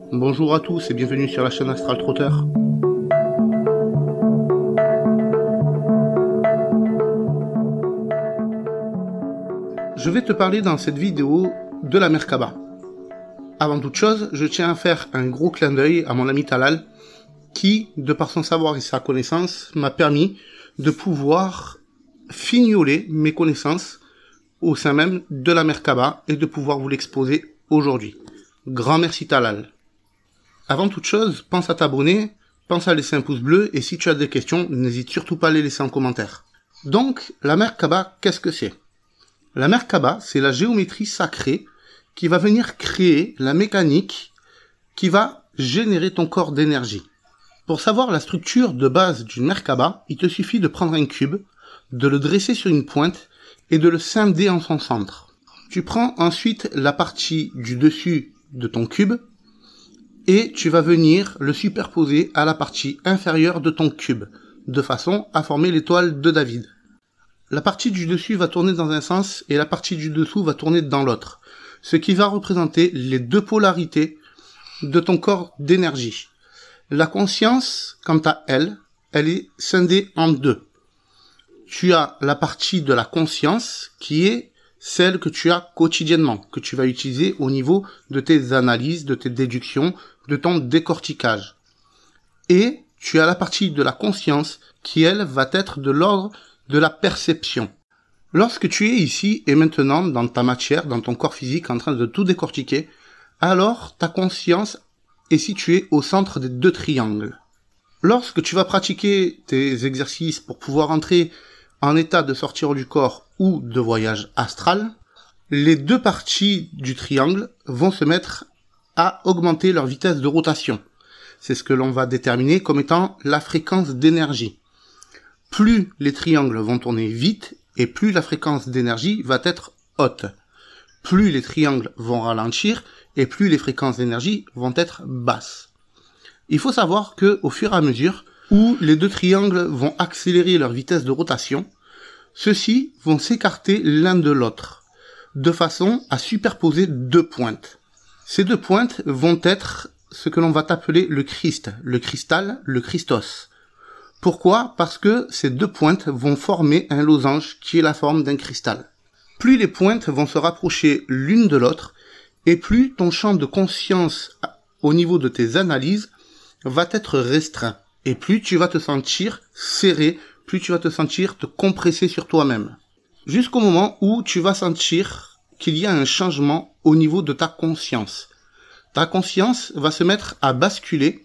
Bonjour à tous et bienvenue sur la chaîne Astral Trotter. Je vais te parler dans cette vidéo de la Merkaba. Avant toute chose, je tiens à faire un gros clin d'œil à mon ami Talal qui, de par son savoir et sa connaissance, m'a permis de pouvoir fignoler mes connaissances au sein même de la Merkaba et de pouvoir vous l'exposer aujourd'hui. Grand merci Talal. Avant toute chose, pense à t'abonner, pense à laisser un pouce bleu et si tu as des questions, n'hésite surtout pas à les laisser en commentaire. Donc, la Merkaba, qu'est-ce que c'est ? La Merkaba, c'est la géométrie sacrée qui va venir créer la mécanique qui va générer ton corps d'énergie. Pour savoir la structure de base d'une Merkaba, il te suffit de prendre un cube, de le dresser sur une pointe et de le scinder en son centre. Tu prends ensuite la partie du dessus de ton cube et tu vas venir le superposer à la partie inférieure de ton cube, de façon à former l'étoile de David. La partie du dessus va tourner dans un sens et la partie du dessous va tourner dans l'autre, ce qui va représenter les deux polarités de ton corps d'énergie. La conscience, quant à elle est scindée en deux. Tu as la partie de la conscience qui est celle que tu as quotidiennement, que tu vas utiliser au niveau de tes analyses, de tes déductions, de ton décortiquage. Et tu as la partie de la conscience qui, elle, va être de l'ordre de la perception. Lorsque tu es ici et maintenant dans ta matière, dans ton corps physique, en train de tout décortiquer, alors ta conscience est située au centre des deux triangles. Lorsque tu vas pratiquer tes exercices pour pouvoir entrer en état de sortir du corps ou de voyage astral, les deux parties du triangle vont se mettre à augmenter leur vitesse de rotation. C'est ce que l'on va déterminer comme étant la fréquence d'énergie. Plus les triangles vont tourner vite et plus la fréquence d'énergie va être haute. Plus les triangles vont ralentir et plus les fréquences d'énergie vont être basses. Il faut savoir que au fur et à mesure où les deux triangles vont accélérer leur vitesse de rotation, ceux-ci vont s'écarter l'un de l'autre, de façon à superposer deux pointes. Ces deux pointes vont être ce que l'on va appeler le Christ, le cristal, le Christos. Pourquoi ? Parce que ces deux pointes vont former un losange qui est la forme d'un cristal. Plus les pointes vont se rapprocher l'une de l'autre, et plus ton champ de conscience au niveau de tes analyses va être restreint. Et plus tu vas te sentir serré, plus tu vas te sentir te compresser sur toi-même. Jusqu'au moment où tu vas sentir qu'il y a un changement au niveau de ta conscience. Ta conscience va se mettre à basculer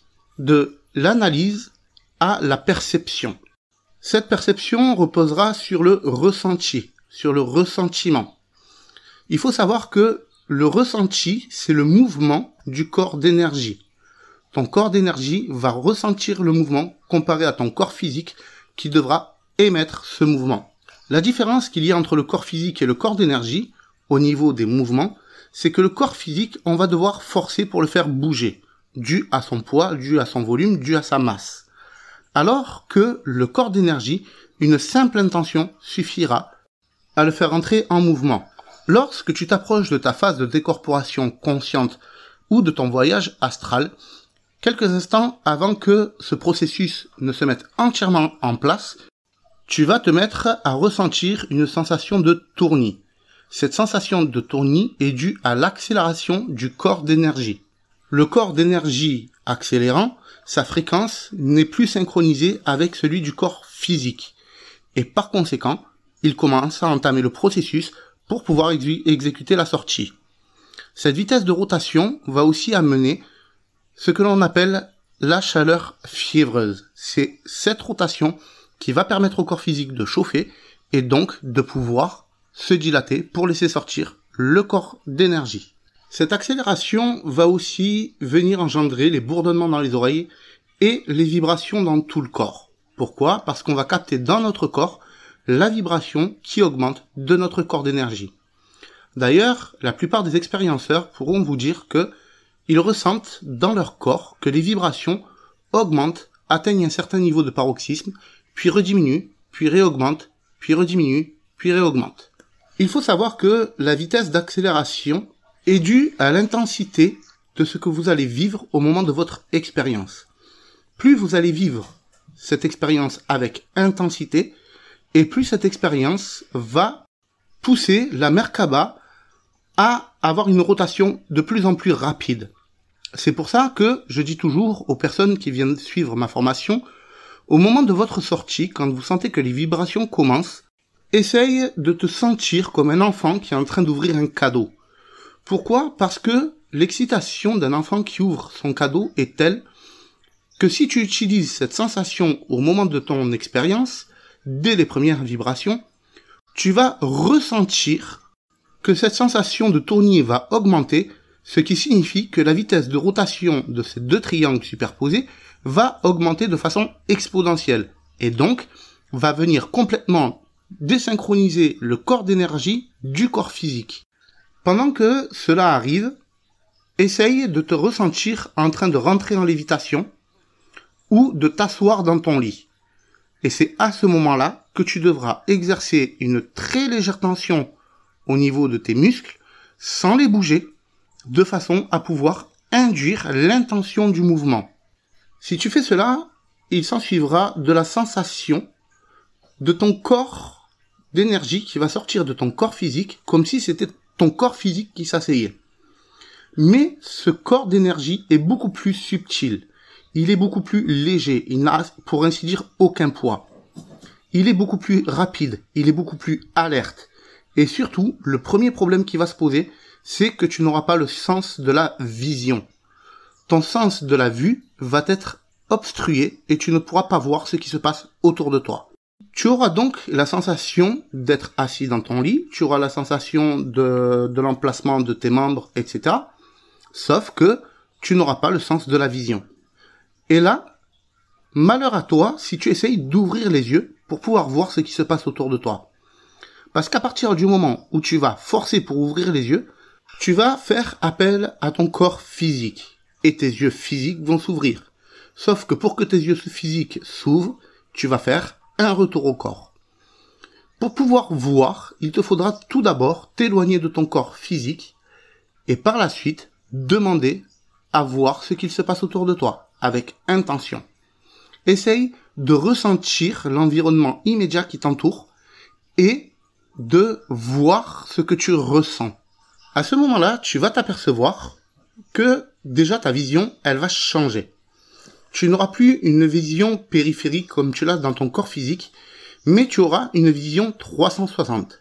de l'analyse à la perception. Cette perception reposera sur le ressenti, sur le ressentiment. Il faut savoir que le ressenti, c'est le mouvement du corps d'énergie. Ton corps d'énergie va ressentir le mouvement comparé à ton corps physique qui devra émettre ce mouvement. La différence qu'il y a entre le corps physique et le corps d'énergie, au niveau des mouvements, c'est que le corps physique, on va devoir forcer pour le faire bouger, dû à son poids, dû à son volume, dû à sa masse. Alors que le corps d'énergie, une simple intention suffira à le faire entrer en mouvement. Lorsque tu t'approches de ta phase de décorporation consciente ou de ton voyage astral, quelques instants avant que ce processus ne se mette entièrement en place, tu vas te mettre à ressentir une sensation de tournis. Cette sensation de tournis est due à l'accélération du corps d'énergie. Le corps d'énergie accélérant, sa fréquence n'est plus synchronisée avec celui du corps physique. Et par conséquent, il commence à entamer le processus pour pouvoir exécuter la sortie. Cette vitesse de rotation va aussi amener ce que l'on appelle la chaleur fiévreuse. C'est cette rotation qui va permettre au corps physique de chauffer et donc de pouvoir se dilater pour laisser sortir le corps d'énergie. Cette accélération va aussi venir engendrer les bourdonnements dans les oreilles et les vibrations dans tout le corps. Pourquoi ? Parce qu'on va capter dans notre corps la vibration qui augmente de notre corps d'énergie. D'ailleurs, la plupart des expérienceurs pourront vous dire que ils ressentent dans leur corps que les vibrations augmentent, atteignent un certain niveau de paroxysme, puis rediminuent, puis réaugmentent, puis rediminuent, puis réaugmentent. Il faut savoir que la vitesse d'accélération est due à l'intensité de ce que vous allez vivre au moment de votre expérience. Plus vous allez vivre cette expérience avec intensité, et plus cette expérience va pousser la Merkaba à avoir une rotation de plus en plus rapide. C'est pour ça que je dis toujours aux personnes qui viennent suivre ma formation, au moment de votre sortie, quand vous sentez que les vibrations commencent, essaye de te sentir comme un enfant qui est en train d'ouvrir un cadeau. Pourquoi ? Parce que l'excitation d'un enfant qui ouvre son cadeau est telle que si tu utilises cette sensation au moment de ton expérience, dès les premières vibrations, tu vas ressentir que cette sensation de tournis va augmenter, ce qui signifie que la vitesse de rotation de ces deux triangles superposés va augmenter de façon exponentielle et donc va venir complètement désynchroniser le corps d'énergie du corps physique. Pendant que cela arrive, essaye de te ressentir en train de rentrer en lévitation ou de t'asseoir dans ton lit. Et c'est à ce moment-là que tu devras exercer une très légère tension au niveau de tes muscles sans les bouger, de façon à pouvoir induire l'intention du mouvement. Si tu fais cela, il s'ensuivra de la sensation de ton corps d'énergie qui va sortir de ton corps physique comme si c'était ton corps physique qui s'asseyait. Mais ce corps d'énergie est beaucoup plus subtil. Il est beaucoup plus léger. Il n'a, pour ainsi dire, aucun poids. Il est beaucoup plus rapide. Il est beaucoup plus alerte. Et surtout, le premier problème qui va se poser, c'est que tu n'auras pas le sens de la vision. Ton sens de la vue va être obstrué et tu ne pourras pas voir ce qui se passe autour de toi. Tu auras donc la sensation d'être assis dans ton lit, tu auras la sensation de l'emplacement de tes membres, etc. Sauf que tu n'auras pas le sens de la vision. Et là, malheur à toi si tu essayes d'ouvrir les yeux pour pouvoir voir ce qui se passe autour de toi. Parce qu'à partir du moment où tu vas forcer pour ouvrir les yeux, tu vas faire appel à ton corps physique. Et tes yeux physiques vont s'ouvrir. Sauf que pour que tes yeux physiques s'ouvrent, tu vas faire un retour au corps. Pour pouvoir voir, il te faudra tout d'abord t'éloigner de ton corps physique et par la suite demander à voir ce qu'il se passe autour de toi avec intention. Essaye de ressentir l'environnement immédiat qui t'entoure et de voir ce que tu ressens. À ce moment-là, tu vas t'apercevoir que déjà ta vision, elle va changer. Tu n'auras plus une vision périphérique comme tu l'as dans ton corps physique, mais tu auras une vision 360.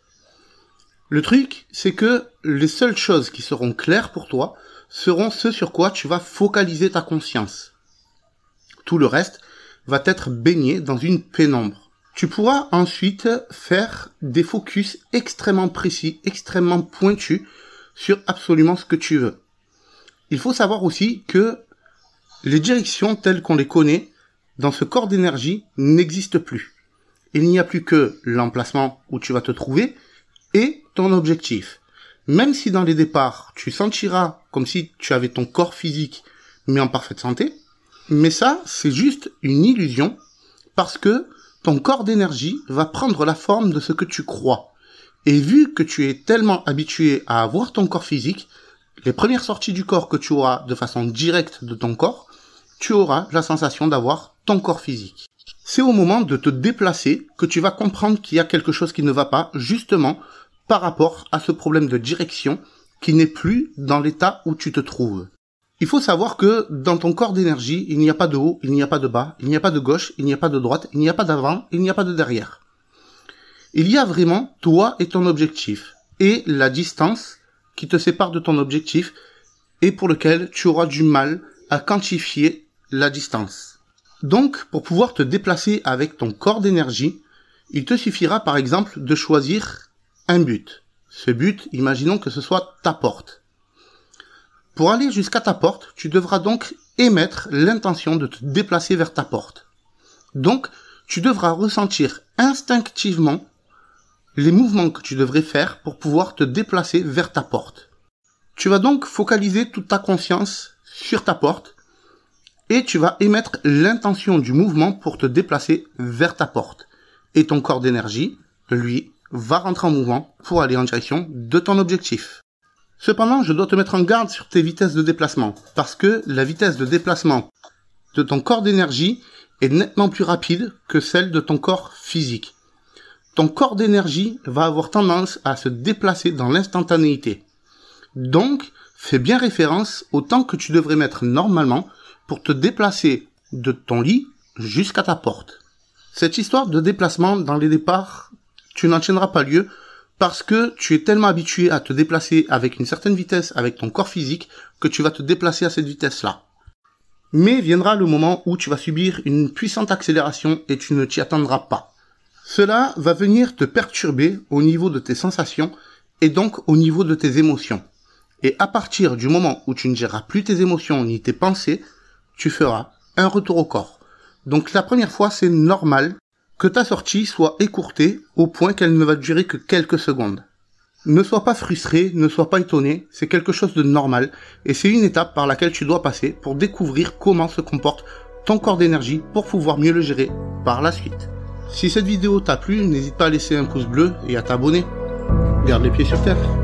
Le truc, c'est que les seules choses qui seront claires pour toi seront ce sur quoi tu vas focaliser ta conscience. Tout le reste va être baigné dans une pénombre. Tu pourras ensuite faire des focus extrêmement précis, extrêmement pointus sur absolument ce que tu veux. Il faut savoir aussi que les directions telles qu'on les connaît dans ce corps d'énergie n'existent plus. Il n'y a plus que l'emplacement où tu vas te trouver et ton objectif. Même si dans les départs, tu sentiras comme si tu avais ton corps physique mais en parfaite santé, mais ça, c'est juste une illusion parce que ton corps d'énergie va prendre la forme de ce que tu crois. Et vu que tu es tellement habitué à avoir ton corps physique, les premières sorties du corps que tu auras de façon directe de ton corps, tu auras la sensation d'avoir ton corps physique. C'est au moment de te déplacer que tu vas comprendre qu'il y a quelque chose qui ne va pas, justement, par rapport à ce problème de direction qui n'est plus dans l'état où tu te trouves. Il faut savoir que dans ton corps d'énergie, il n'y a pas de haut, il n'y a pas de bas, il n'y a pas de gauche, il n'y a pas de droite, il n'y a pas d'avant, il n'y a pas de derrière. Il y a vraiment toi et ton objectif, et la distance qui te sépare de ton objectif et pour lequel tu auras du mal à quantifier la distance. Donc, pour pouvoir te déplacer avec ton corps d'énergie, il te suffira par exemple de choisir un but. Ce but, imaginons que ce soit ta porte. Pour aller jusqu'à ta porte, tu devras donc émettre l'intention de te déplacer vers ta porte. Donc, tu devras ressentir instinctivement les mouvements que tu devrais faire pour pouvoir te déplacer vers ta porte. Tu vas donc focaliser toute ta conscience sur ta porte et tu vas émettre l'intention du mouvement pour te déplacer vers ta porte. Et ton corps d'énergie, lui, va rentrer en mouvement pour aller en direction de ton objectif. Cependant, je dois te mettre en garde sur tes vitesses de déplacement, parce que la vitesse de déplacement de ton corps d'énergie est nettement plus rapide que celle de ton corps physique. Ton corps d'énergie va avoir tendance à se déplacer dans l'instantanéité. Donc, fais bien référence au temps que tu devrais mettre normalement pour te déplacer de ton lit jusqu'à ta porte. Cette histoire de déplacement dans les départs, tu n'en tiendras pas lieu parce que tu es tellement habitué à te déplacer avec une certaine vitesse avec ton corps physique que tu vas te déplacer à cette vitesse-là. Mais viendra le moment où tu vas subir une puissante accélération et tu ne t'y attendras pas. Cela va venir te perturber au niveau de tes sensations et donc au niveau de tes émotions. Et à partir du moment où tu ne géreras plus tes émotions ni tes pensées, tu feras un retour au corps. Donc la première fois, c'est normal que ta sortie soit écourtée au point qu'elle ne va durer que quelques secondes. Ne sois pas frustré, ne sois pas étonné, c'est quelque chose de normal et c'est une étape par laquelle tu dois passer pour découvrir comment se comporte ton corps d'énergie pour pouvoir mieux le gérer par la suite. Si cette vidéo t'a plu, n'hésite pas à laisser un pouce bleu et à t'abonner. Garde les pieds sur terre.